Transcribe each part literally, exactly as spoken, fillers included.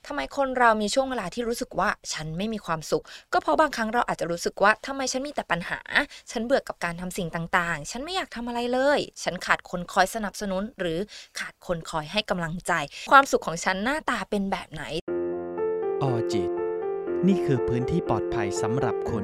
ทำไมคนเรามีช่วงเวลาที่รู้สึกว่าฉันไม่มีความสุขก็เพราะบางครั้งเราอาจจะรู้สึกว่าทำไมฉันมีแต่ปัญหาฉันเบื่อกับการทำสิ่งต่างๆฉันไม่อยากทำอะไรเลยฉันขาดคนคอยสนับสนุนหรือขาดคนคอยให้กำลังใจความสุขของฉันหน้าตาเป็นแบบไหนออจิตนี่คือพื้นที่ปลอดภัยสำหรับคุณ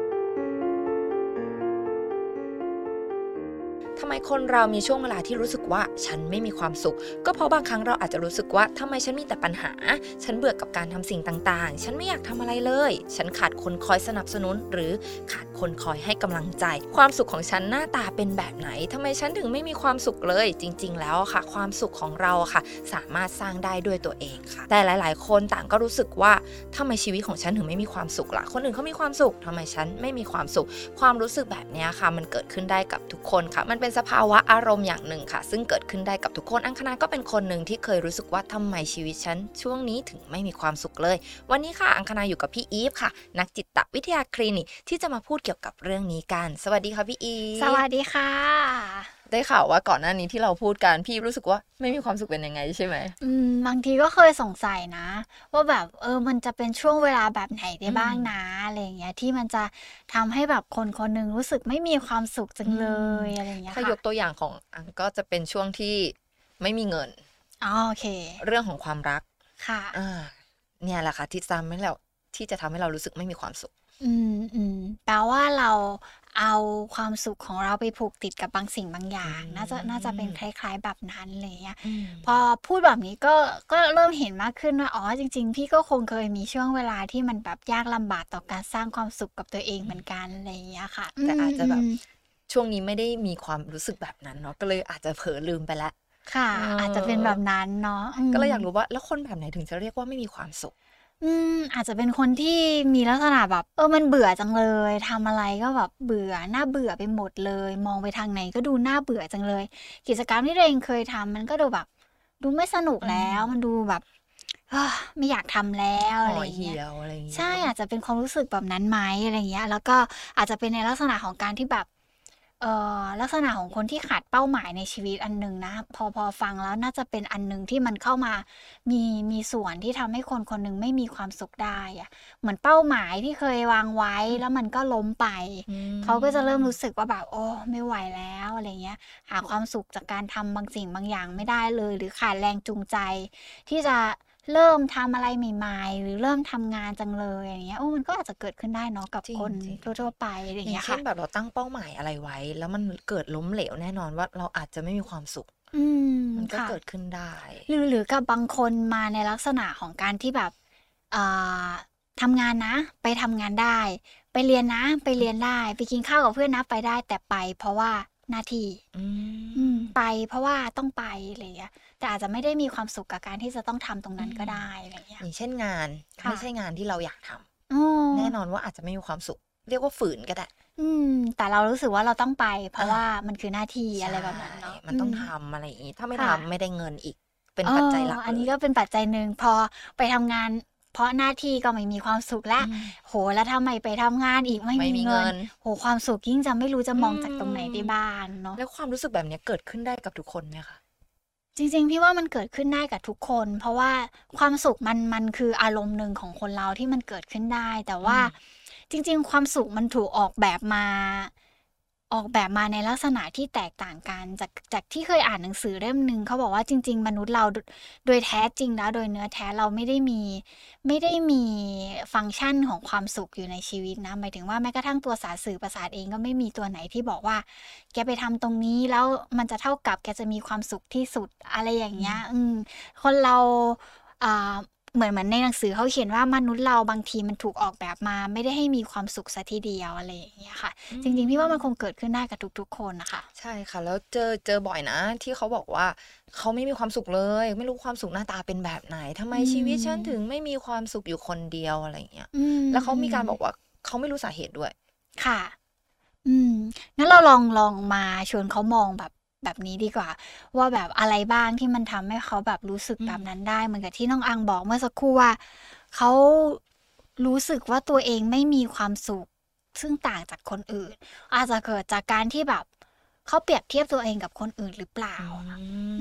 ทำไมคนเรามีช่วงเวลาที่รู้สึกว่าฉันไม่มีความสุขก็เพราะบางครั้งเราอาจจะรู้สึกว่าทำไมฉันมีแต่ปัญหาฉันเบื่อกับการทำสิ่งต่างๆฉันไม่อยากทำอะไรเลยฉันขาดคนคอยสนับสนุนหรือขาดคนคอยให้กำลังใจความสุขของฉันหน้าตาเป็นแบบไหนทำไมฉันถึงไม่มีความสุขเลยจริงๆแล้วค่ะความสุขของเราค่ะสามารถสร้างได้ด้วยตัวเองค่ะแต่หลายๆคนต่างก็รู้สึกว่าทำไมชีวิตของฉันถึงไม่มีความสุขล่ะคนอื่นเขามีความสุขทำไมฉันไม่มีความสุขความรู้สึกแบบนี้ค่ะมันเกิดขึ้นได้กับทุกคนค่ะมันเป็นสภาวะอารมณ์อย่างหนึ่งค่ะซึ่งเกิดขึ้นได้กับทุกคนอังคณาก็เป็นคนหนึ่งที่เคยรู้สึกว่าทำไมชีวิตฉันช่วงนี้ถึงไม่มีความสุขเลยวันนี้ค่ะอังคณาอยู่กับพี่อีฟค่ะนักจิตวิทยาคลินิกที่จะมาพูดเกี่ยวกับเรื่องนี้กันสวัสดีค่ะพี่อีฟสวัสดีค่ะได้ข่าวว่าก่อนหน้านี้ที่เราพูดกันพี่รู้สึกว่าไม่มีความสุขเป็นยังไงใช่ไหมอืมบางทีก็เคยสงสัยนะว่าแบบเออมันจะเป็นช่วงเวลาแบบไหนได้บ้างนะอะไรอย่างเงี้ยที่มันจะทำให้แบบคนคนนึงรู้สึกไม่มีความสุขจังเลยอะไรอย่างเงี้ยถ้ายกตัวอย่างของอังก็จะเป็นช่วงที่ไม่มีเงินอ๋อโอเคเรื่องของความรักค่ะอ่าเนี่ยแหละค่ะที่ทำให้เราที่จะทำให้เรารู้สึกไม่มีความสุขอืมอืมแปลว่าเราเอาความสุขของเราไปผูกติดกับบางสิ่งบางอย่างน่าจะน่าจะเป็นคล้ายๆแบบนั้นอะไรเงี้ยพอพูดแบบนี้ก็ก็เริ่มเห็นมากขึ้นว่าอ๋อจริงๆพี่ก็คงเคยมีช่วงเวลาที่มันแบบยากลำบากต่อการสร้างความสุขกับตัวเองเหมือนกันอะไรอย่างเงี้ยค่ะแต่อาจจะแบบช่วงนี้ไม่ได้มีความรู้สึกแบบนั้นเนาะก็เลยอาจจะเผลอลืมไปแล้วค่ะอาจจะเป็นแบบนั้นเนาะก็เลยอยากรู้ว่าแล้วคนแบบไหนถึงจะเรียกว่าไม่มีความสุขอืมอาจจะเป็นคนที่มีลักษณะแบบเออมันเบื่อจังเลยทำอะไรก็แบบเบื่อน่าเบื่อไปหมดเลยมองไปทางไหนก็ดูน่าเบื่อจังเลยกิจกรรมที่ตัวเองเคยทำมันก็ดูแบบดูไม่สนุกแล้วมันดูแบบเฮ้อไม่อยากทำแล้วอะไรอย่างเงี้ยใช่อาจจะเป็นความรู้สึกแบบนั้นไหมอะไรอย่างเงี้ยแล้วก็อาจจะเป็นในลักษณะของการที่แบบเอ่อลักษณะของคนที่ขาดเป้าหมายในชีวิตอันหนึ่งนะพอพอฟังแล้วน่าจะเป็นอันหนึ่งที่มันเข้ามามีมีส่วนที่ทำให้คนคนหนึ่งไม่มีความสุขได้อะเหมือนเป้าหมายที่เคยวางไว้แล้วมันก็ล้มไปเขาก็จะเริ่มรู้สึกว่าแบบโอ้ไม่ไหวแล้วอะไรเงี้ยหาความสุขจากการทำบางสิ่งบางอย่างไม่ได้เลยหรือขาดแรงจูงใจที่จะเริ่มทำอะไรใหม่ๆหรือเริ่มทำงานจังเลยอย่างเงี้ยโอ้มันก็อาจจะเกิดขึ้นได้เนาะกับคนทั่วๆไปอะไรอย่างเงี้ยค่ะเช่นแบบเราตั้งเป้าหมายอะไรไว้แล้วมันเกิดล้มเหลวแน่นอนว่าเราอาจจะไม่มีความสุขอืมมันก็เกิดขึ้นได้หรือหรือกับบางคนมาในลักษณะของการที่แบบอ่าทำงานนะไปทำงานได้ไปเรียนนะไปเรียนได้ไปกินข้าวกับเพื่อนนะไปได้แต่ไปเพราะว่าหน้าที่อืมไปเพราะว่าต้องไปอะไรอย่างเงี้ยแต่อาจจะไม่ได้มีความสุขกับการที่จะต้องทำตรงนั้นก็ได้อะไรอย่างเงี้ยอย่างเช่นงานไม่ใช่งานที่เราอยากทอ๋อำแน่นอนว่าอาจจะไม่มีความสุขเรียกว่าฝืนก็ได้อืมแต่เรารู้สึกว่าเราต้องไปเพราะว่ามันคือหน้าที่อะไรแบบนั้นเนาะมันต้องทำอะไรอย่างงี้ถ้าไม่ค่ะทำไม่ได้เงินอีกเป็นปัจจัยหลักอ๋ออันเลนี้ยก็เป็นปัจจัยหนึ่งพอไปทำงานเพราะหน้าที่ก็ไม่มีความสุขแล้วอืมโหแล้วทำไมไปทำงานอีกไม่ไม่มีเงินมีเงินโหความสุขยิ่งจะไม่รู้จะมองจากตรงไหนได้อืมบ้างเนาะแล้วความรู้สึกแบบนี้เกิดขึ้นได้กับทุกคนไหมคะจริงๆพี่ว่ามันเกิดขึ้นได้กับทุกคนเพราะว่าความสุขมันมันคืออารมณ์หนึ่งของคนเราที่มันเกิดขึ้นได้แต่ว่าจริงๆความสุขมันถูกออกแบบมาออกแบบมาในลักษณะที่แตกต่างกันจากจากที่เคยอ่านหนังสือเล่มหนึ่งเขาบอกว่าจริงๆมนุษย์เราโดโดยแท้จริงแล้วโดยเนื้อแท้เราไม่ได้มีไม่ได้มีฟังก์ชันของความสุขอยู่ในชีวิตนะหมายถึงว่าแม้กระทั่งตัวสารสื่อประสาทเองก็ไม่มีตัวไหนที่บอกว่าแกไปทำตรงนี้แล้วมันจะเท่ากับแกจะมีความสุขที่สุดอะไรอย่างเงี้ยอืมคนเราอ่าเหมือนเหมือนในหนังสือเขาเขียนว่ามนุษย์เราบางทีมันถูกออกแบบมาไม่ได้ให้มีความสุขซะทีเดียวอะไรอย่างเงี้ยค่ะจริงๆพี่ว่ามันคงเกิดขึ้นได้กับทุกๆคนนะคะใช่ค่ะแล้วเจอเจอบ่อยนะที่เขาบอกว่าเขาไม่มีความสุขเลยไม่รู้ความสุขหน้าตาเป็นแบบไหนทำไมชีวิตฉันถึงไม่มีความสุขอยู่คนเดียวอะไรอย่างเงี้ยอืมแล้วเขามีการอืมบอกว่าเขาไม่รู้สาเหตุด้วยค่ะ อืมงั้นเราลองลองมาชวนเขามองแบบแบบนี้ดีกว่าว่าแบบอะไรบ้างที่มันทำให้เขาแบบรู้สึกอืมแบบนั้นได้เหมือนกับที่น้องอังบอกเมื่อสักครู่ว่าเขารู้สึกว่าตัวเองไม่มีความสุขซึ่งต่างจากคนอื่นอาจจะเกิดจากการที่แบบเขาเปรียบเทียบตัวเองกับคนอื่นหรือเปล่าอือืมม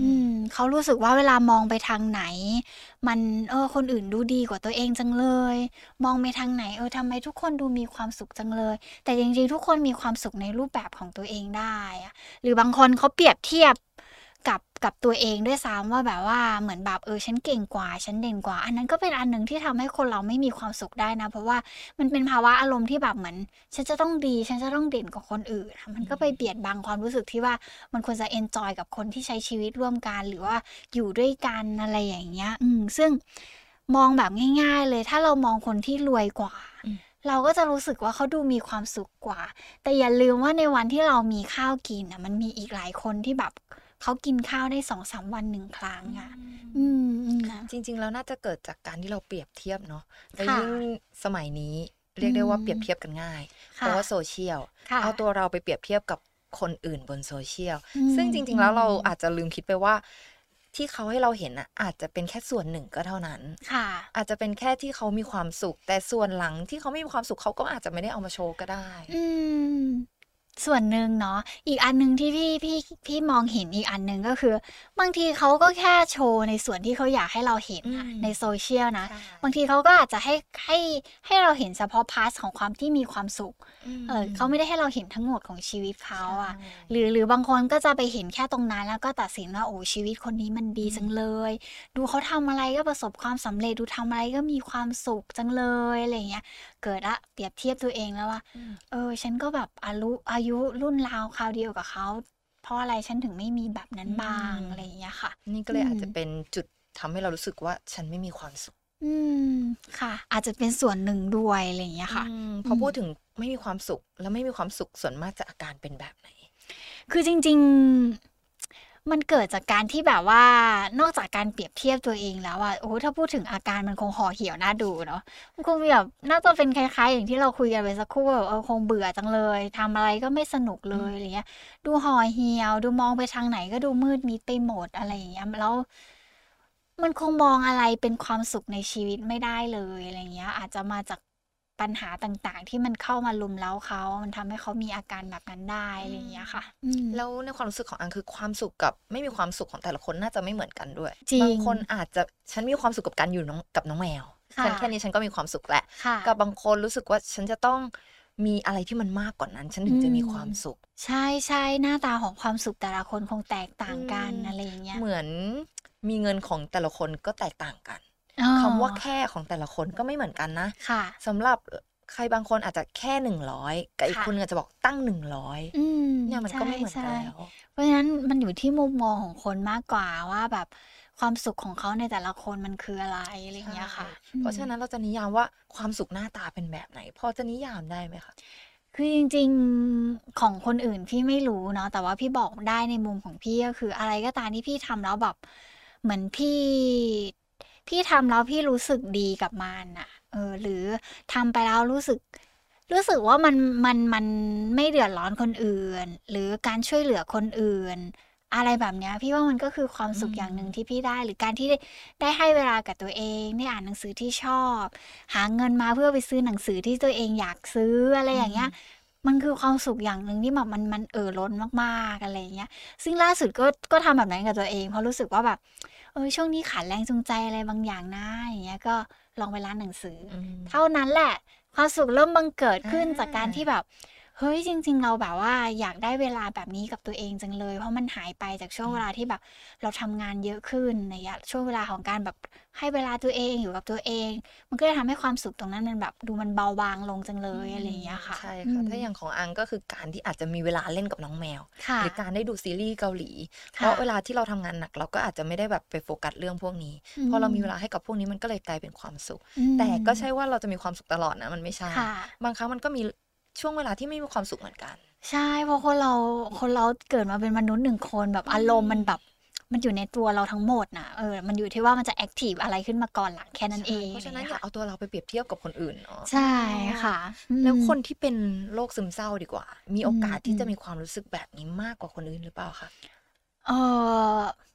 เขารู้สึกว่าเวลามองไปทางไหน มันเออคนอื่นดูดีกว่าตัวเองจังเลย มองไปทางไหนเออทำไมทุกคนดูมีความสุขจังเลย แต่จริงๆทุกคนมีความสุขในรูปแบบของตัวเองได้อะหรือบางคนเขาเปรียบเทียบกับกับตัวเองด้วยซ้ำว่าแบบว่าเหมือนแบบเออฉันเก่งกว่าฉันเด่นกว่า อันนั้นก็เป็นอันหนึ่งที่ทำให้คนเราไม่มีความสุขได้นะ เพราะว่ามันเป็นภาวะอารมณ์ที่แบบเหมือนฉันจะต้องดี ฉันจะต้องเด่นกว่าคนอื่นอะมันก็ไปเบียดบังความรู้สึกที่ว่ามันควรจะเอนจอยกับคนที่ใช้ชีวิตร่วมกันหรือว่าอยู่ด้วยกันอะไรอย่างเงี้ยอืมซึ่งมองแบบง่ายๆเลยถ้าเรามองคนที่รวยกว่าอืมเราก็จะรู้สึกว่าเขาดูมีความสุขกว่า แต่อย่าลืมว่าในวันที่เรามีข้าวกินอ่ะมันมีอีกหลายคนที่แบบเขากินข้าวได้สองสามวันหนึ่งครั้งอ่ะ อืมอืมนะจริง ๆ แล้วน่าจะเกิดจากการที่เราเปรียบเทียบเนาะและค่ะยิ่งสมัยนี้เรียกได้ว่าอืมเปรียบเทียบกันง่าย เพค่ะราะว่าโซเชียลค่ะเอาตัวเราไปเปรียบเทียบกับคนอื่นบนโซเชียลอืมซึ่งจริง ๆ แล้วเราอืมอาจจะลืมคิดไปว่า ที่เขาให้เราเห็นอ่ะอาจจะเป็นแค่ส่วนหนึ่งก็เท่านั้นค่ะอาจจะเป็นแค่ที่เขามีความสุข แต่ส่วนหลังที่เขาไม่มีความสุขเขาก็อาจจะไม่ได้เอามาโชว์ก็ได้อืม ส่วนหนึ่งเนาะอีกอันหนึ่งที่พี่พี่พี่มองเห็นอีกอันหนึ่งก็คือ บางทีเขาก็แค่โชว์ในส่วนที่เขาอยากให้เราเห็นอะอืมในโซเชียลนะใช่บางทีเขาก็อาจจะให้ให้ให้เราเห็นเฉพาะพาร์ทของความที่มีความสุข เออเขาไม่ได้ให้เราเห็นทั้งหมดของชีวิตเขาอะใช่หรือหรือบางคนก็จะไปเห็นแค่ตรงนั้นแล้วก็ตัดสินว่าโอ้ชีวิตคนนี้มันดีอืมจังเลย ดูเขาทำอะไรก็ประสบความสำเร็จดูทำอะไรก็มีความสุขจังเลยอะไรอย่างเงี้ย เกิดละเปรียบเทียบตัวเองแล้วว่าอืมเออ ฉันก็แบบอายุอายุรุ่นราวคราวเดียวกับเขา เพราะอะไรฉันถึงไม่มีแบบนั้นบ้างอืมอะไรอย่างเงี้ยค่ะนี่ก็เลยอืมอาจจะเป็นจุดทำให้เรารู้สึกว่าฉันไม่มีความสุขอืมค่ะ อาจจะเป็นส่วนหนึ่งด้วยอะไรอย่างเงี้ยค่ะอืมพอพูดถึงไม่มีความสุข แล้วไม่มีความสุขส่วนมากจะอาการเป็นแบบไหนคือจริงๆ มันเกิดจากการที่แบบว่านอกจากการเปรียบเทียบตัวเองแล้วอะโอ้โหถ้าพูดถึงอาการมันคงห่อเหี่ยวน่าดูเนาะมันคงแบบน่าจะเป็นคล้ายๆ อย่างที่เราคุยกันไปสักครู่แบบเออคงเบื่อจังเลยทำอะไรก็ไม่สนุกเลยอะไรเงี้ย ดูห่อเหี่ยว ดูมองไปทางไหนก็ดูมืดมิดไปหมดอะไรอย่างเงี้ยแล้ว มันคงมองอะไรเป็นความสุขในชีวิตไม่ได้เลยอะไรเงี้ย อาจจะมาจากปัญหาต่างๆ ที่มันเข้ามารุมเร้าเขา มันทำให้เขามีอาการแบบนั้นได้อะไรอย่างเงี้ยค่ะ อืมแล้วในความรู้สึกของอังคือความสุขกับไม่มีความสุขของแต่ละคนน่าจะไม่เหมือนกันด้วยจริงบางคนอาจจะฉันมีความสุขกับการอยู่น้องกับน้องแมวค่ะฉันแค่นี้ฉันก็มีความสุขแหละค่ะกับบางคนรู้สึกว่าฉันจะต้องมีอะไรที่มันมากกว่านั้น ฉันถึงจะมีความสุขใช่ใช่หน้าตาของความสุขแต่ละคนคงแตกต่างกันอืมอะไรอย่างเงี้ยเหมือนมีเงินของแต่ละคนก็แตกต่างกันอ๋อคำว่าแค่ของแต่ละคนก็ไม่เหมือนกันนะค่ะสำหรับใครบางคนอาจจะแค่หนึ่งร้อยกับอีกค่ะคนนึงอาจจะบอกตั้งหนึ่งร้อยอืมเนี่ยมันก็ไม่เหมือนกันใช่แล้วเพราะฉะนั้นมันอยู่ที่มุมมองของคนมากกว่าว่าแบบความสุขของเขาในแต่ละคนมันคืออะไรอะไรอย่างเงี้ยค่ะใช่เพราะฉะนั้นเราจะนิยามว่าความสุขหน้าตาเป็นแบบไหน พอจะนิยามได้ไหมคะคือจริงๆของคนอื่นพี่ไม่รู้เนาะแต่ว่าพี่บอกได้ในมุมของพี่ก็คืออะไรก็ตามที่พี่ทำแล้วแบบเหมือนพี่พี่ทำแล้วพี่รู้สึกดีกับมันอะเออหรือทำไปแล้วรู้สึก รู้สึกว่ามันมันมันไม่เดือดร้อนคนอื่น หรือการช่วยเหลือคนอื่น อะไรแบบเนี้ยพี่ว่ามันก็คือความสุขอืมอย่างหนึ่งที่พี่ได้ หรือการที่ได้ได้ให้เวลากับตัวเองได้อ่านหนังสือที่ชอบ หาเงินมาเพื่อไปซื้อหนังสือที่ตัวเองอยากซื้ออะไรอย่างเงี้ย มันคือความสุขอย่างหนึ่งที่แบบมันมันเอ่อล้นมากๆอะไรอย่างเงี้ย ซึ่งล่าสุดก็ก็ทำแบบนั้นกับตัวเองเพราะรู้สึกว่าแบบเออช่วงนี้ขาดแรงจูงใจอะไรบางอย่างนะอย่างเงี้ยก็ลองไปร้านหนังสือออืมเท่านั้นแหละ ความสุขเริ่มบังเกิดขึ้นอ่าจากการที่แบบเฮ้ยจริง ๆ เราแบบว่าอยากได้เวลาแบบนี้กับตัวเองจังเลย เพราะมันหายไปจากช่วงเวลาที่แบบเราทำงานเยอะขึ้นในยะช่วงเวลาของการแบบให้เวลาตัวเองอยู่กับตัวเอง มันก็จะทำให้ความสุขตรงนั้นมันแบบดูมันเบาบางลงจังเลยอะไรอย่างเงี้ยค่ะใช่อืค่ะมถ้าอย่างของอังก็คือการที่อาจจะมีเวลาเล่นกับน้องแมวค่ะหรือการได้ดูซีรีส์เกาหลี เพค่ะราะเวลาที่เราทำงานหนักเราก็อาจจะไม่ได้แบบไปโฟกัสเรื่องพวกนี้อืมพอเรามีเวลาให้กับพวกนี้มันก็เลยกลายเป็นความสุขอืมแต่ก็ใช่ว่าเราจะมีความสุขตลอดนะมันไม่ใช่ค่ะบางครั้งมันก็มีช่วงเวลาที่ไม่มีความสุขเหมือนกันใช่เพราะคนเราคนเราเกิดมาเป็นมนุษย์หนึ่งคนแบบอารมณ์มันแบบมันอยู่ในตัวเราทั้งหมดน่ะเออมันอยู่ที่ว่ามันจะแอคทีฟอะไรขึ้นมาก่อนหลังแค่นั้นเองเพราะฉะนั้นออย่าย่างเอาตัวเราไปเปรียบเทียบกับคนอื่นเนาะใช่ค่ะอืมแล้วคนที่เป็นโรคซึมเศร้าดีกว่า มีโอกาสอืมที่อืมจะมีความรู้สึกแบบนี้มากกว่าคนอื่นหรือเปล่าคะเออ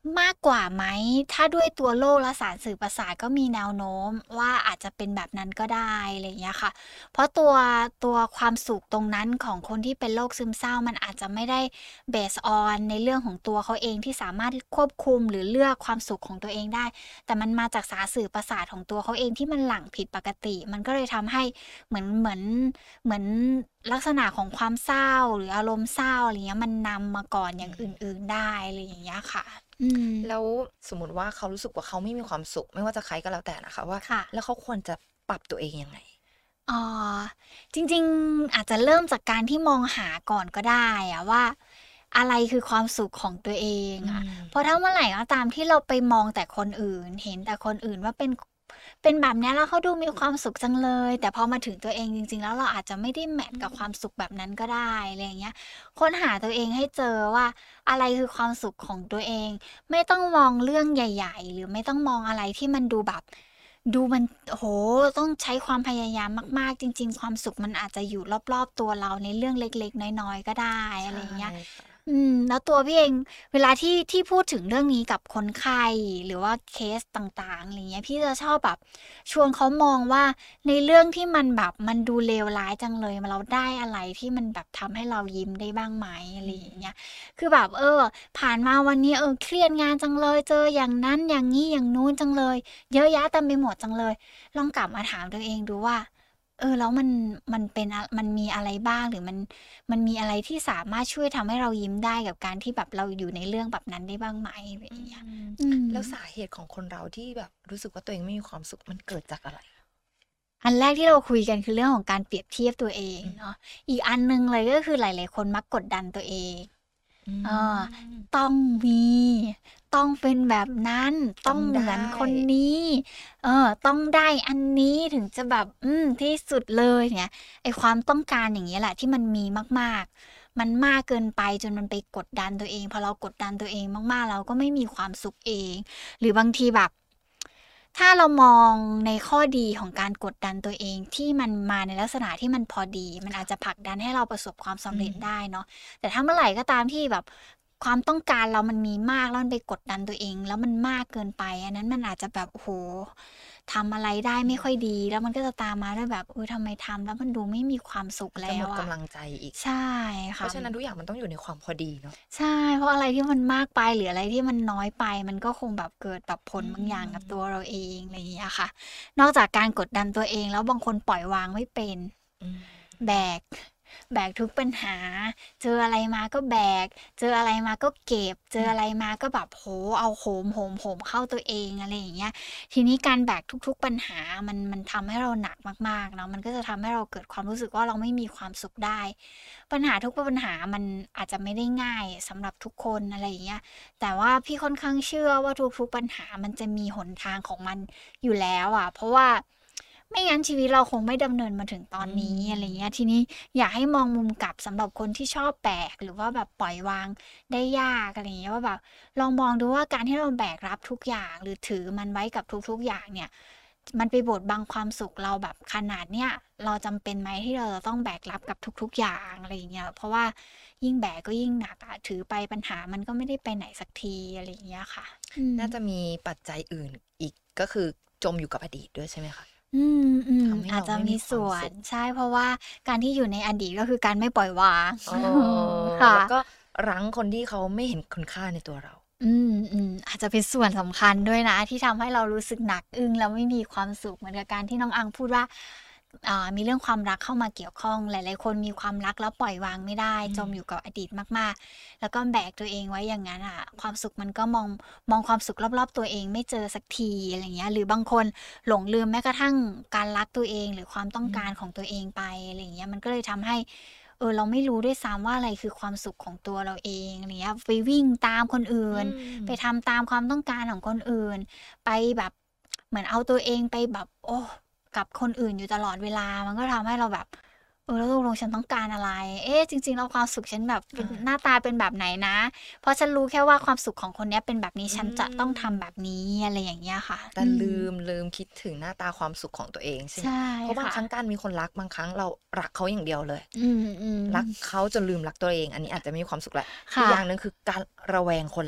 มากกว่าไหม ถ้าด้วยตัวโรคและสารสื่อประสาทก็มีแนวโน้มว่าอาจจะเป็นแบบนั้นก็ได้อะไรอย่างเงี้ยค่ะ เพราะตัวตัวความสุขตรงนั้นของคนที่เป็นโรคซึมเศร้ามันอาจจะไม่ได้ based on ในเรื่องของตัวเขาเองที่สามารถควบคุมหรือเลือกความสุขของตัวเองได้ แต่มันมาจากสารสื่อประสาทของตัวเขาเองที่มันหลั่งผิดปกติ มันก็เลยทำให้เหมือนเหมือนเหมือนลักษณะของความเศร้าหรืออารมณ์เศร้าอะไรเงี้ยมันนำมาก่อนอย่างอื่นๆได้อะไรอย่างเงี้ยค่ะ อืมแล้วสมมติว่าเขารู้สึกว่าเขาไม่มีความสุข ไม่ว่าจะใครก็แล้วแต่นะคะว่าค่ะแล้วเขาควรจะปรับตัวเองยังไงอ่าจริงๆอาจจะเริ่มจากการที่มองหาก่อนก็ได้อะว่า อะไรคือความสุขของตัวเองอะอืมเพราะถ้าเมื่อไหร่ก็ตามที่เราไปมองแต่คนอื่น เห็นแต่คนอื่นว่าเป็นเป็นแบบเนี้ยแล้วเขาดูมีความสุขจังเลย แต่พอมาถึงตัวเองจริง ๆ แล้วเราอาจจะไม่ได้แมทช์กับความสุขแบบนั้นก็ได้อะไรอย่างเงี้ย ค้นหาตัวเองให้เจอว่า อะไรคือความสุขของตัวเอง ไม่ต้องมองเรื่องใหญ่ ๆ หรือไม่ต้องมองอะไรที่มันดูแบบ ดูมัน โอ้โฮ ต้องใช้ความพยายามมาก ๆ จริง ๆ ความสุขมันอาจจะอยู่รอบ ๆ ตัวเราในเรื่องเล็ก ๆ น้อย ๆ ก็ได้ใชอะไรอย่างเงี้ย่ค่ะอืม แล้วตัวพี่เองเวลาที่ ที่พูดถึงเรื่องนี้กับคนไข้ หรือว่าเคสต่าง ๆ อะไรเงี้ย พี่จะชอบแบบชวนเขามองว่าในเรื่องที่มันแบบมันดูเลวร้ายจังเลย เราได้อะไรที่มันแบบทำให้เรายิ้มได้บ้างไหม อะไรอย่างเงี้ย คือแบบ เออ ผ่านมาวันนี้ เออ เครียดงานจังเลย เจออย่างนั้น อย่างงี้ อย่างนู้นจังเลย เยอะแยะเต็มไปหมดจังเลย ลองกลับมาถามตัวเองดูว่า เออ แล้วมัน มันเป็นอะ มันมีอะไรบ้าง หรือมัน มันมีอะไรที่สามารถช่วยทำให้เรายิ้มได้กับการที่แบบเราอยู่ในเรื่องแบบนั้นได้บ้างไหม อะไรอย่างเงี้ยอืมอืมแล้วสาเหตุของคนเราที่แบบรู้สึกว่าตัวเองไม่มีความสุขมันเกิดจากอะไร? อันแรกที่เราคุยกันคือเรื่องของการเปรียบเทียบตัวเองอืมเนาะ อีกอันหนึ่งเลยก็คือหลาย ๆ คนมักกดดันตัวเองอืเออมต้องมี ต้องเป็นแบบนั้นตต้้ององเหไดมือน้คนนี้ เออ ต้องได้อันนี้ถึงจะแบบ อืม ที่สุดเลย เงี้ย ไอ้ความต้องการอย่างเงี้ยแหละที่มันมีมาก ๆ มันมากเกินไปจนมันไปกดดันตัวเอง พอเรากดดันตัวเองมาก ๆ เราก็ไม่มีความสุขเอง หรือบางทีแบบ ถ้าเรามองในข้อดีของการกดดันตัวเองที่มันมาในลักษณะที่มันพอดี มันอาจจะผลักดันให้เราประสบความสำอืเร็จมได้เนาะ แต่ถ้าเมื่อไหร่ก็ตามที่แบบความต้องการเรามันมีมาก แล้วมันไปกดดันตัวเอง แล้วมันมากเกินไป อันนั้นมันอาจจะแบบ โอ้โฮ ทำอะไรได้ไม่ค่อยดี แล้วมันก็จะตามมาด้วยแบบ เออ ทำไมทำแล้วมันดูไม่มีความสุขมันแลจะ้หมดกวอะำลังใจอีกใช่เคพร่าะะฉะนั้นทุกอย่างมันต้องอยู่ในความพอดีเนาะใช่ เพราะอะไรที่มันมากไป หรืออะไรที่มันน้อยไป มันก็คงแบบเกิดแบบผอืลบางอย่างกับมตัวเราเอง อะไรอย่างเงี้ยค่ะ นอกจากการกดดันตัวเองแล้วบางคนปล่อยวางไม่เป็นอืมแบก แบกทุกปัญหา เจออะไรมาก็แบก เจออะไรมาก็เก็บ เจอืมออะไรมาก็แบบ โอ้โฮ เอาโหม ๆ ๆ เข้าตัวเอง อะไรอย่างเงี้ย ทีนี้การแบกทุก ๆ ปัญหามัน มันทำให้เราหนักมาก ๆ เนาะ มันก็จะทำให้เราเกิดความรู้สึกว่าเราไม่มีความสุขได้ ปัญหาทุกปัญหามันอาจจะไม่ได้ง่ายสำหรับทุกคน อะไรอย่างเงี้ย แต่ว่าพี่ค่อนข้างเชื่อว่าทุก ๆ ปัญหามันจะมีหนทางของมันอยู่แล้วอะ เพราะว่าไม่งั้นชีวิตเราคงไม่ดำเนินมาถึงตออืนนี้ อะไรอย่างเงี้มย ทีนี้อยากให้มองมุมกลับสำหรับคนที่ชอบแบก หรือว่าแบบปล่อยวางได้ยาก อะไรอย่างเงี้ย ว่าแบบลองมองดูว่าการที่เราแบกรับทุกอย่าง หรือถือมันไว้กับทุก ๆ อย่างเนี่ย มันไปบดบังความสุขเราแบบขนาดเนี้ย เราจำเป็นไหมที่เราจะต้องแบกรับกับทุก ๆ อย่าง อะไรอย่างเงี้ย เพราะว่ายิ่งแบกก็ยิ่งหนักอะ ถือไปปัญหามันก็ไม่ได้ไปไหนสักที อะไรอย่างเงี้ยค่ะ อืมน่าจะมีปัจจัยอื่นอีก ก็คือจมอยู่กับอดีตด้วยใช่ไหมคะ? อืมทำให้ๆ อาเจราจะมไม่มีีควาส่มวสนุขใช่ เพราะว่าการที่อยู่ในอดีตก็คือการไม่ปล่อยวางอ๋อค่แล้วะก็รั้งคนที่เขาไม่เห็นคุณค่าในตัวเราอืม ๆ อาจจะเป็นส่วนสำคัญด้วยนะที่ทำให้เรารู้สึกหนักอึ้ง แล้วไม่มีความสุข เหมือนกับการที่น้องอังพูดว่า อ่า มีเรื่องความรักเข้ามาเกี่ยวข้อง หลาย ๆ คนมีความรักแล้วปล่อยวางไม่ได้อืมจมอยู่กับอดีตมาก ๆ แล้วก็แบกตัวเองไว้อย่างงั้นอะ ความสุขมันก็มอง มองความสุขรอบ ๆ ตัวเองไม่เจอสักที อะไรอย่างเงี้ย หรือบางคนหลงลืมแม้กระทั่งการรักตัวเอง หรือความต้อองืการมของตัวเองไป อะไรอย่างเงี้ย มันก็เลยทำให้ เออ เราไม่รู้ด้วยซ้ำว่าอะไรคือความสุขของตัวเราเอง อะไรเงี้ย ไปวิ่งตามคนอื่อืน ไปมทำตามความต้องการของคนอื่น ไปแบบ เหมือนเอาตัวเองไปแบบ โอ้ กับคนอื่นอยู่ตลอดเวลา มันก็ทำให้เราแบบ เออ แล้วตกลงฉันต้องการอะไร? เอ๊ะ จริง ๆ แล้วความสุขฉันแบบเปอ็นาหน้าตาเป็นแบบไหนนะ? เพราะฉันรู้แค่ว่าความสุขของคนเนี้ยเป็นแบบนี้อืฉันจะต้องทำมแบบนี้ อะไรอย่างเงี้ยค่ะแต่อืลมืม ลืมคิดถึงหน้าตาความสุขของตัวเองใช่ไหใชม? ่เพราะบคาง่ครั้ะงการมีคนรัก บางครั้งเรารักเขาอย่างเดียวเลยอืมรักๆเขาจนลืมรักตัวเอง อันนี้อาจจะไม่มีความสุขแล้วคอี่กอย่างะหนึ่งคือการระแวงคนรัก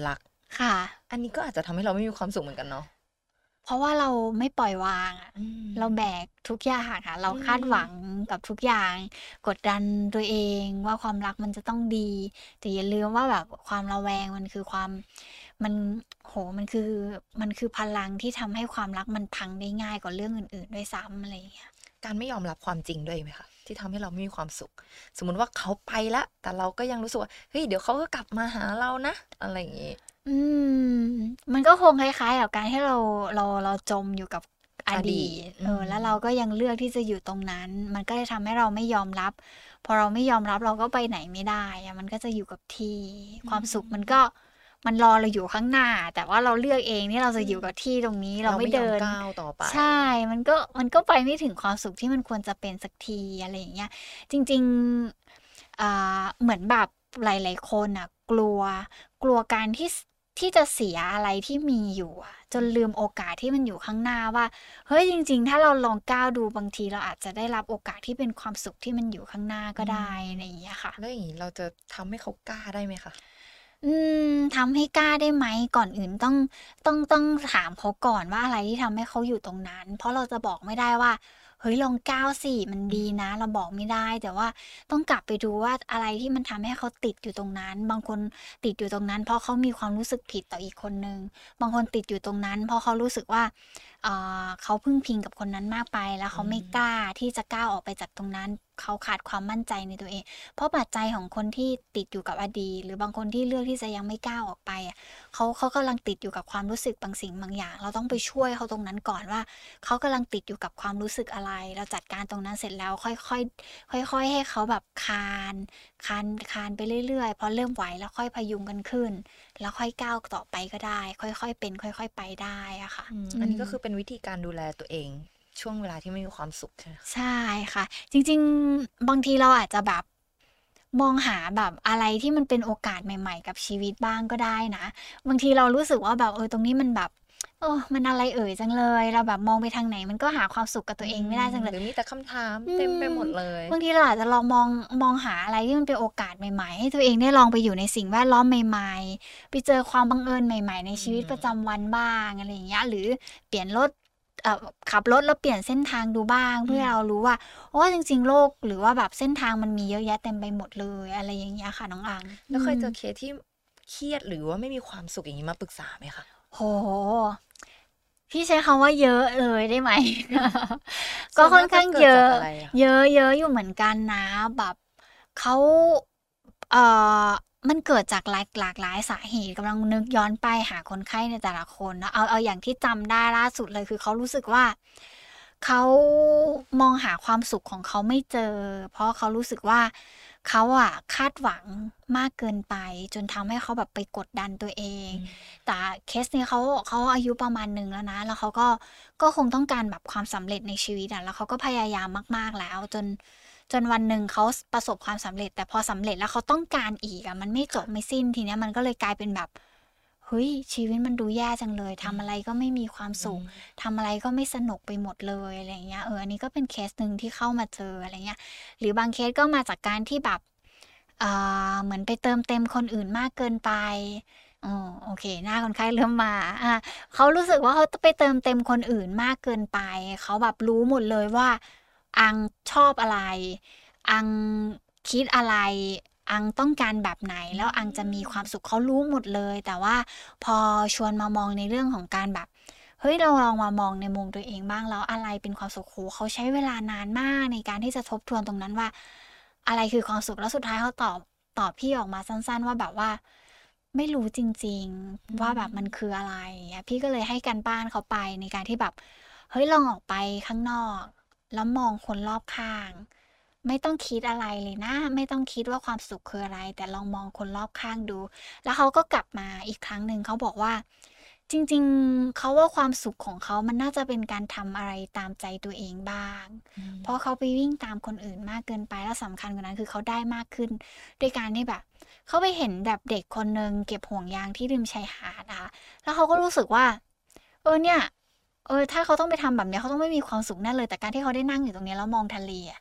ค่ะอันนี้ก็อาจจะทำให้เราไม่มีความสุขเหมือนกันเนาะเพราะว่าเราไม่ปล่อยวางอะอืมเราแบกทุกอย่างอะ เราอืคาดหวัมงกับทุกอย่าง กดดันตัวเองว่าความรักมันจะต้องดี แต่อย่าลืมว่าแบบความระแวงมันคือความ มัน โอ้โฮ มันคือ มันคือพลังที่ทำให้ความรักมันพังได้ง่ายกว่าเรื่องอื่น ๆ ด้วยซ้ำ อะไรอย่างเงี้ยการไม่ยอมรับความจริงด้วยไหมคะ ที่ทำให้เราไม่มีความสุข สมมุติว่าเขาไปแล้ว แต่เราก็ยังรู้สึกว่า เฮ้ย เดี๋ยวเขาก็กลับมาหาเรานะ อะไรอย่างงี้อืม มันก็คงคล้าย ๆ กับการที่เรา เรา เราจมอยู่กับออดีดีตตอืเออ แล้วเรามก็ยังเลือกที่จะอยู่ตรงนั้น มันก็เลยทำให้เราไม่ยอมรับ พอเราไม่ยอมรับเราก็ไปไหนไม่ได้อะ มันก็จะอยู่กับที่อืความสุขมันมก็ มันรอเราอยู่ข้างหน้า แต่ว่าเราเลือกเองที่เราอจะือยู่มกับที่ตรงนี้ เรเาราไมไม่่ยเดอมินก้าวต่อไปใช่ มันก็ มันก็ไปไม่ถึงความสุขที่มันควรจะเป็นสักที อะไรอย่างเงี้ย จริง ๆ อ่า เหมือนแบบหลาย ๆ คนน่ะกลัว กลัวการที่ ส ที่จะเสียอะไรที่มีอยู่อะ จนลืมโอกาสที่มันอยู่ข้างหน้าว่า เฮ้ย จริง ๆ ถ้าเราลองก้าวดู บางทีเราอาจจะได้รับโอกาสที่เป็นความสุขที่มันอยู่ข้างหน้าอก็ืได้มอะไรอย่างเงี้ยค่ะแล้วอย่างงี้เราจะทำให้เขากล้าได้ไหมคะ? อืม ทำให้กล้าได้ไหม ก่อนอื่นต้อง ต้อง ต้องถามเขาก่อนว่า อะไรที่ทำให้เขาอยู่ตรงนั้น เพราะเราจะบอกไม่ได้ว่า เฮ้ย ลองก้าวสิ มันอืดีมนะ เราบอกไม่ได้ แต่ว่าต้องกลับไปดูว่า อะไรที่มันทำให้เขาติดอยู่ตรงนั้น บางคนติดอยู่ตรงนั้น เพราะเขามีความรู้สึกผิดต่ออีกคนหนึ่ง บางคนติดอยู่ตรงนั้น เพราะเขารู้สึกว่า อ่า เขาพึ่งพิงกับคนนั้นมากไป แล้วอเืขาไม่กมล้าที่จะก้าวออกไปจากตรงนั้น เขาขาดความมั่นใจในตัวเอง เพราะปัจจัยของคนที่ติดอยู่กับอดีต หรือบางคนที่เลือกที่จะยังไม่ก้าวออกไปอะ เขา เขากำลังติดอยู่กับความรู้สึกบางสิ่งบางอย่าง เราต้องไปช่วยเขาตรงนั้นก่อนว่า เขากำลังติดอยู่กับความรู้สึกอะไร เราจัดการตรงนั้นเสร็จแล้ว ค่อย ๆ ค่อย ๆ ให้เขาแบบคลาน คลาน คลานไปเรื่อย ๆ พอเริ่มไหวแล้วค่อยพยุงกันขึ้น แล้วค่อยก้าวต่อไปก็ได้ ค่อย ๆ เป็น ค่อย ๆ ไปได้อะค่ะอืมอือันนี้ก็มคือเป็นวิธีการดูแลตัวเอง ช่วงเวลาที่ไม่มีความสุขใช่ไหมคะ? ใช่ค่ะ จริง ๆ บางทีเราอาจจะแบบมองหาแบบอะไรที่มันเป็นโอกาสใหม่ ๆ กับชีวิตบ้างก็ได้นะ บางทีเรารู้สึกว่าแบบ เออ ตรงนี้มันแบบ เออ มันอะไรเอ่ยจังเลย เราแบบมองไปทางไหนมันก็หาความสุขกับอตืัวเองมไม่ได้จังเลหรยือมีแต่คำถามอืเต็มไปหมมดเลยบางทีเราอาจจะลองมอง มองหาอะไรที่มันเป็นโอกาสใหม่ ๆ ให้ตัวเองได้ลองไปอยู่ในสิ่งแวดล้อมใหม่ ๆ ไปเจอความบังเอิญใหม่ ๆ ในอืชีวิตประจมำวันบ้าง อะไรอย่างเงี้ย หรือเปลี่ยนรถ เอ่อ ขับรถแล้วเปลี่ยนเส้นทางดูบ้างอเพืื่อให้มเรารู้ว่า อ๋อ จริง ๆ โลก หรือว่าแบบเส้นทางมันมีเยอะแยะเต็มไปหมดเลย อะไรอย่างเงี้ยค่ะน้องอังแลอ้ืวเคยเจอมเคสที่เครียด หรือว่าไม่มีความสุข อย่างงี้ มาปรึกษาไหมคะ? โอ้โฮ พี่ใช้คำว่าเยอะเลยได้ไหมสก็่วนมค่อากนขจะ้างเกิเดยอจากะอะไรอะคะ? เยอะ เยอะอยู่เหมือนกันนะ แบบเขา เอ่อ มันเกิดจากหลาย หลากหลายสาเหตุ กำลังนึกย้อนไปหาคนไข้ในแต่ละคนนะ เอา เอาอย่างที่จำได้ล่าสุดเลย คือเขารู้สึกว่า เขามองหาความสุขของเขาไม่เจอ เพราะเขารู้สึกว่า เขาอะคาดหวังมากเกินไป จนทำให้เขาแบบไปกดดันตัวเองอืมแต่เคสนี้เขา เขาอายุประมาณหนึ่งแล้วนะ แล้วเขาก็ ก็คงต้องการแบบความสำเร็จในชีวิตอะ แล้วเขาก็พยายามมาก ๆ แล้ว จน จนวันหนึ่งเขา ส ประสบความสำเร็จ แต่พอสำเร็จแล้วเขาต้องการอีกอะ มันไม่จค่บะไม่สิ้น ทีเนี้ยมันก็เลยกลายเป็นแบบ เฮ้ย ชีวิตมันดูแย่จังเลยอืทำมอะไรก็ไม่มีความอืสุขมทำอะไรก็ไม่สนุกไปหมดเลย อะไรอย่างเงี้ย เออ อันนี้ก็เป็นเคสหนึ่งที่เข้ามาเจอ อะไรเงี้ย หรือบางเคสก็มาจากการที่แบบ อ่า เหมือนไปเติมเต็มคนอื่นมากเกินไป อ๋อ โอเค หน้าคนไข้เริ่มมา อา เขารู้สึกว่าเขา ต ไปเติมเต็มคนอื่นมากเกินไป เขาแบบรู้หมดเลยว่า อังชอบอะไร อังคิดอะไร อังต้องการแบบไหนอืแล้วอังจะมีความมสุข เขารู้หมดเลย แต่ว่าพอชวนมามองในเรื่องของการแบบ เฮ้ย เราลองมามองในมุมตัวเองบ้าง แล้วอะไรเป็นความสุข โอ้โฮ เขาใช้เวลานานมากในการที่จะทบทวนตรงนั้นว่า อะไรคือความสุข แล้วสุดท้ายเขาตอบ ตอบพี่ออกมาสั้น ๆ ว่าแบบว่า ไม่รู้จริงอืๆ ว่าแบบมันมคืออะไร อย่างเงี้ย พี่ก็เลยให้การบ้านเขาไปในการที่แบบ เฮ้ย ลองออกไปข้างนอก แล้วมองคนรอบข้าง ไม่ต้องคิดอะไรเลยนะ ไม่ต้องคิดว่าความสุขคืออะไร แต่ลองมองคนรอบข้างดู แล้วเขาก็กลับมาอีกครั้งหนึ่ง เขาบอกว่า จริง ๆ เขาว่าความสุขของเขามันน่าจะเป็นการทำอะไรตามใจตัวเองบ้างอืเพราะมเขาไปวิ่งตามคนอื่นมากเกินไป และสำคัญกว่านั้นคือเขาได้มากขึ้น ด้วยการที่แบบ เขาไปเห็นแบบเด็กคนหนึ่งเก็บห่วงยางที่ริมชายหาดอะค่ะ แล้วเขาก็รู้สึกว่า เออ เนี่ย เออ ถ้าเขาต้องไปทำแบบเนี้ย เขาต้องไม่มีความสุขแน่เลย แต่การที่เขาได้นั่งอยู่ตรงเนี้ยแล้วมองทะเลอะ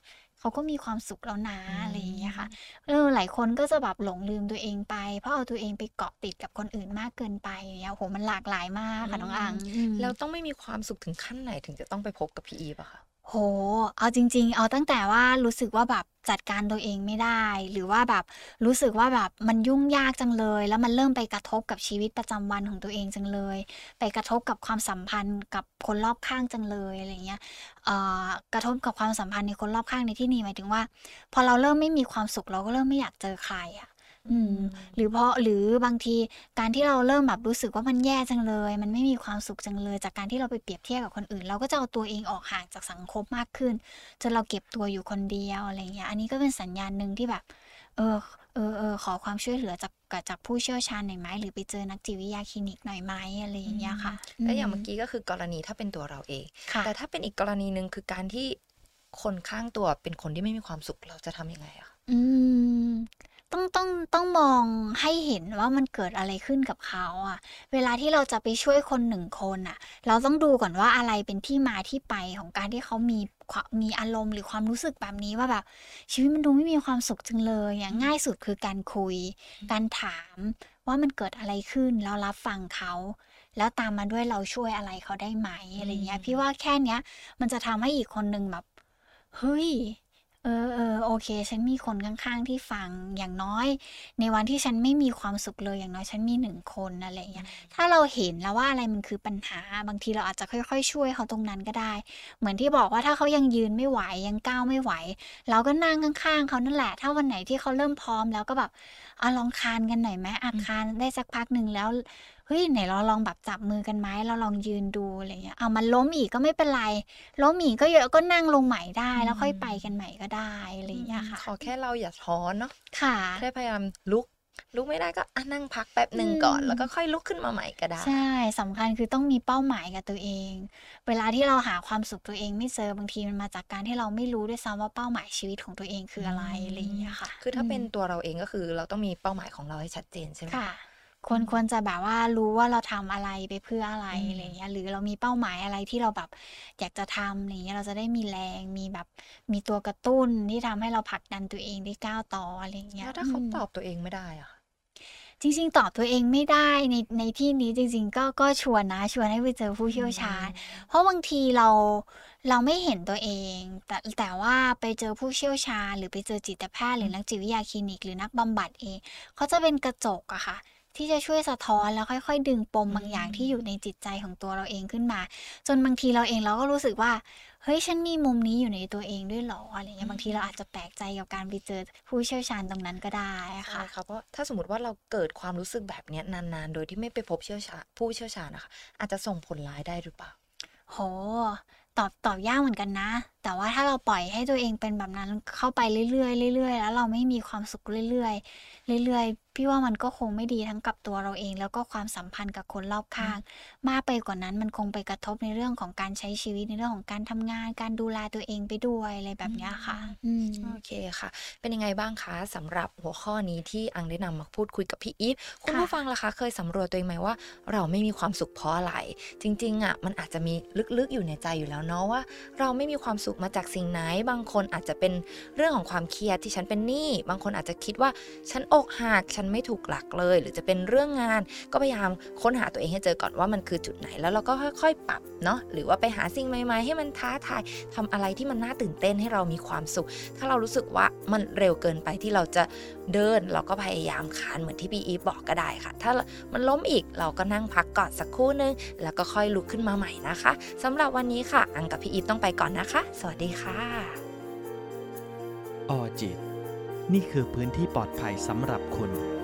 เขาก็มีความสุขแล้วนะอือะไรอย่างเงี้ยค่ะมเออ หลายคนก็จะแบบหลงลืมตัวเองไป เพราะเอาตัวเองไปเกาะติดกับคนอื่นมากเกินไป อย่างเงี้ย โอ้โฮ มันหลากหลายมาอืกค่ะน้องอัมง อืมแล้วต้องไม่มีความสุขถึงขั้นไหนถึงจะต้องไปพบกับพี่อีฟอะคะ? โอ้โฮ เอาจริง ๆ เอาตั้งแต่ว่ารู้สึกว่าแบบจัดการตัวเองไม่ได้ หรือว่าแบบรู้สึกว่าแบบมันยุ่งยากจังเลย แล้วมันเริ่มไปกระทบกับชีวิตประจำวันของตัวเองจังเลย ไปกระทบกับความสัมพันธ์กับคนรอบข้างจังเลย อะไรอย่างเงี้ย เอ่อ กระทบกับความสัมพันธ์ในคนรอบข้างในที่นี้หมายถึงว่า พอเราเริ่มไม่มีความสุข เราก็เริ่มไม่อยากเจอใครอะอือืม หรืมอเพราะ หรือบางทีการที่เราเริ่มแบบรู้สึกว่ามันแย่จังเลย มันไม่มีความสุขจังเลย จากการที่เราไปเปรียบเทียบกับคนอื่น เราก็จะเอาตัวเองออกห่างจากสังคมมากขึ้น จนเราเก็บตัวอยู่คนเดียว อะไรอย่างเงี้ย อันนี้ก็เป็นสัญญาณหนึ่งที่แบบ เออ เออ ๆ ขอความช่วยเหลือจาก ก จากผู้เชี่ยวชาญหน่อยไหม หรือไปเจอนักจิตวิทยาคลินิกหน่อยไหม อะไรออืย่างเงี้ยมค่ะ อแลื้วอย่างมเมื่อกี้ก็คือกรณีถ้าเป็นตัวเราเองค่แต่ะถ้าเป็นอีกกรณีหนึ่ง คือการที่คนข้างตัวเป็นคนที่ไม่มีความสุข เราจะทำยังไงอะคะ? อืม ต้อง ต้อง ต้องมองให้เห็นว่ามันเกิดอะไรขึ้นกับเขาอะ เวลาที่เราจะไปช่วยคน หนึ่ง คนน่ะ เราต้องดูก่อนว่าอะไรเป็นที่มาที่ไปของการที่เขามีควา มีอารมณ์หรือความรู้สึกแบบนี้ว่าแบบชีวิตมันดูไม่มีความสุขจังเลย อย่าองืง่ายมสุดคือการคุยอืมการถามว่ามันเกิดอะไรขึ้น แล้วรับฟังเขา แล้วตามมาด้วยเราช่วยอะไรเขาได้ไหมอือะไรอย่างเงี้ย พี่มว่าแค่เนี้ยมันจะทำให้อีกคนหนึ่งแบบ เฮ้ย เออ ๆ โอเค ฉันมีคนข้าง ๆ ที่ฟัง อย่างน้อยในวันที่ฉันไม่มีความสุขเลย อย่างน้อยฉันมี หนึ่ง คน อะไรอย่างอเืงี้ยมถ้าเราเห็นแล้วว่าอะไรมันคือปัญหา บางทีเราอาจจะค่อย ๆ ช่วยเขาตรงนั้นก็ได้ เหมือนที่บอกว่าถ้าเขายังยืนไม่ไหว ยังก้าวไม่ไหว เราก็นั่งข้าง ๆ เขานั่นแหละ ถ้าวันไหนที่เขาเริ่มพร้อมแล้วก็แบบ อา ลองคลานกันหน่อยไหม อะอืมคลานได้สักพักหนึ่งแล้ว เฮ้ย ไหนเราลองแบบจับมือกันไหม เราลองยืนดู อะไรอย่างเงี้ย อ้าว มันล้มอีกก็ไม่เป็นไร ล้มอีกก็เยอะ ก็นั่งลงใหม่ได้อืแล้วค่อยไปมกันใหม่ก็ได้ อะไรอือย่างเงี้ยมค่ะขอแค่เราอย่าท้อเนาะค่ะแค่พยายามลุก ลุกไม่ได้ก็ อะ นั่งพักแป๊บอืหนึ่งก่อน แล้วก็มค่อยลุกขึ้นมาใหม่ก็ได้ใช่ สำคัญคือต้องมีเป้าหมายกับตัวเอง เวลาที่เราหาความสุขตัวเองไม่เจอ บางทีมันมาจากการที่เราไม่รู้ด้วยซ้ำว่าเป้าหมายชีวิตของตัวเองคือืออะไร อะไรอย่างเมงี้ยค่ะคืออถ้าืเป็นมตัวเราเอง ก็คือเราต้องมีเป้าหมายของเราให้ชัดเจนใช่ไหมค่ะคะ? ควรอืมควรจะแบบว่ารู้ว่าเราทำอะไรไปเพื่ออะไรอือะไรอย่างมเงี้ย หรือเรามีเป้าหมายอะไรที่เราแบบอยากจะทำ อะไรอย่างเงี้ย เราจะได้มีแรง มีแบบ มีตัวกระตุ้นที่ทำให้เราผลักดันตัวเองได้ก้าวต่อ อะไรอย่างเงี้แลย้วถ้อาืเขาตมอบตัวเองไม่ได้อะคะ? จริง ๆ ตอบตัวเองไม่ได้ใน ในที่นี้จริง ๆ ก็ ก็ชวนนะ ชวนให้ไปเจอผู้อืเชี่ยวชาญมเพราะบางทีเรา เราไม่เห็นตัวเอง แต่ แต่ว่าไปเจอผู้เชี่ยวชาญ หรือไปเจอจิตแพทย์ หอรืือมนักจิตวิทยาคลินิก หรือนักบำบัดเอง เขาจะเป็นกระจกอะค่ะ ที่จะช่วยสะท้อนแล้วค่อย ๆ ดึงปมอืบางอย่างที่อยู่มในจิตใจของตัวเราเองขึ้นมา จนบางทีเราเองเราก็รู้สึกว่า เฮ้ย ฉันมีมุมนี้อยู่ในตัวเองด้วยเหรอ อะไรอย่างเองี้ืย บางทีเราอาจมจะแปลกใจกับการไปเจอผู้เชี่ยวชาญตรงนั้นก็ได้อใชะ่ค่ะค่ะ เพราะถ้าสมมุติว่าเราเกิดความรู้สึกแบบเนี้ยนาน ๆ โดยที่ไม่ไปพบเชี่ยวชา ผู้เชี่ยวชาญอะค่ะ อาจจะส่งผลร้ายได้หรือเปล่า? โอ้โฮ ตอบ ตอบยากเหมือนกันนะ แต่ว่าถ้าเราปล่อยให้ตัวเองเป็นแบบนั้นเข้าไปเรื่อย ๆ เรื่อย ๆ แล้วเราไม่มีความสุขเรื่อย ๆ เรื่อย ๆ พี่ว่ามันก็คงไม่ดีทั้งกับตัวเราเอง แล้วก็ความสัมพันธ์กับคนรอบอข้ืางมมากไปกว่านั้นมันคงไปกระทบในเรื่องของการใช้ชีวิต ในเรื่องของการทำงาน การดูแลตัวเองไปด้วย อะไรแบอืบเนี้ยค่ะมอืโอมเคค่ะ เป็นยังไงบ้างคะสำหรับหัวข้อนี้ที่อังได้นำมาพูดคุยกับพี่อีฟ คุคณ่ผู้ะฟังล่ะคะ เคยสำรวจตัวเองไหมว่า เราไม่มีความสุขเพราะอะไร? จริง ๆ อะ มันอาจจะมีลึก ๆ อยู่ในใจอยู่แล้วเนาะว่า เราไม่มีความสุขมาจากสิ่งไหน บางคนอาจจะเป็นเรื่องของความเครียดที่ฉันเป็นหนี้ บางคนอาจจะคิดว่า ฉันอกหัก ฉันไม่ถูกหลักเลย หรือจะเป็นเรื่องงาน ก็พยายามค้นหาตัวเองให้เจอก่อนว่ามันคือจุดไหน แล้วเราก็ค่อย ๆ ปรับเนาะ หรือว่าไปหาสิ่งใหม่ ๆ ให้มันท้าทาย ทำอะไรที่มันน่าตื่นเต้นให้เรามีความสุข ถ้าเรารู้สึกว่ามันเร็วเกินไปที่เราจะเดิน เราก็พยายามคลานเหมือนที่พี่อีฟบอกก็ได้ค่ะ ถ้า ร มันล้มอีกเราก็นั่งพักก่อนสักครู่หนึ่ง แล้วก็ค่อยลุกขึ้นมาใหม่นะคะ สำหรับวันนี้ค่ะ อังกับพี่อีฟต้องไปก่อนนะคะ สวัสดีค่ะออจิต นี่คือพื้นที่ปลอดภัยสำหรับคุณ